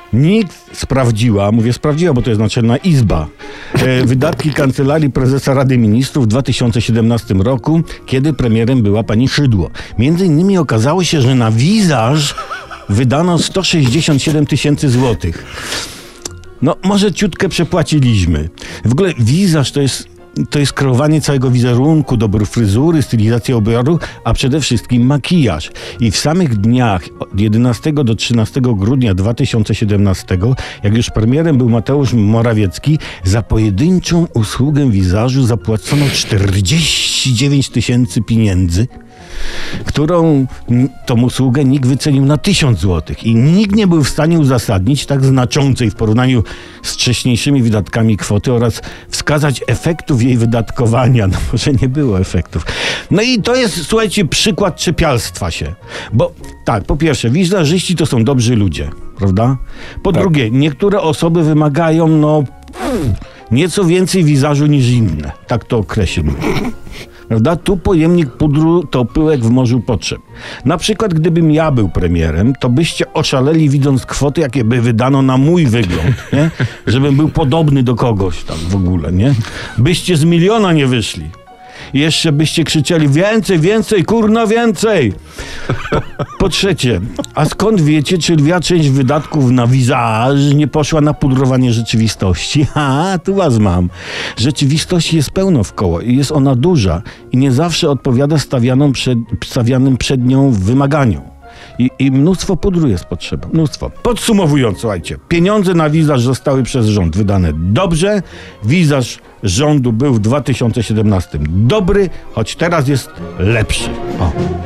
Mówię sprawdziła, bo to jest Naczelna Izba, wydatki Kancelarii Prezesa Rady Ministrów w 2017 roku, kiedy premierem była pani Szydło. Między innymi okazało się, że na wizaż wydano 167 000 złotych. No, może ciutkę przepłaciliśmy. W ogóle wizaż to jest kreowanie całego wizerunku, dobór fryzury, stylizacja ubioru, a przede wszystkim makijaż. I w samych dniach od 11 do 13 grudnia 2017, jak już premierem był Mateusz Morawiecki, za pojedynczą usługę wizażu zapłacono 49 000 pieniędzy, którą tą usługę nikt wycenił na 1000 złotych i nikt nie był w stanie uzasadnić tak znaczącej w porównaniu z wcześniejszymi wydatkami kwoty oraz wskazać efektów jej wydatkowania. No może nie było efektów. No i to jest, słuchajcie, przykład czepialstwa się. Bo tak, po pierwsze, wizażyści to są dobrzy ludzie, prawda? Po drugie, niektóre osoby wymagają, nieco więcej wizażu niż inne. Tak to określmy. Prawda? Tu pojemnik pudru to pyłek w morzu potrzeb. Na przykład, gdybym ja był premierem, to byście oszaleli, widząc kwoty, jakie by wydano na mój wygląd, nie? Żebym był podobny do kogoś tam w ogóle, nie? Byście z 1 000 000 nie wyszli. I jeszcze byście krzyczeli więcej, kurna więcej. Po trzecie, a skąd wiecie, czy lwia część wydatków na wizaż nie poszła na pudrowanie rzeczywistości? Tu was mam. Rzeczywistości jest pełno wkoło i jest ona duża i nie zawsze odpowiada stawianym przed nią wymaganiom. I mnóstwo pudru jest potrzeba. Mnóstwo. Podsumowując, słuchajcie, pieniądze na wizaż zostały przez rząd wydane dobrze. Wizaż rządu był w 2017 dobry, choć teraz jest lepszy.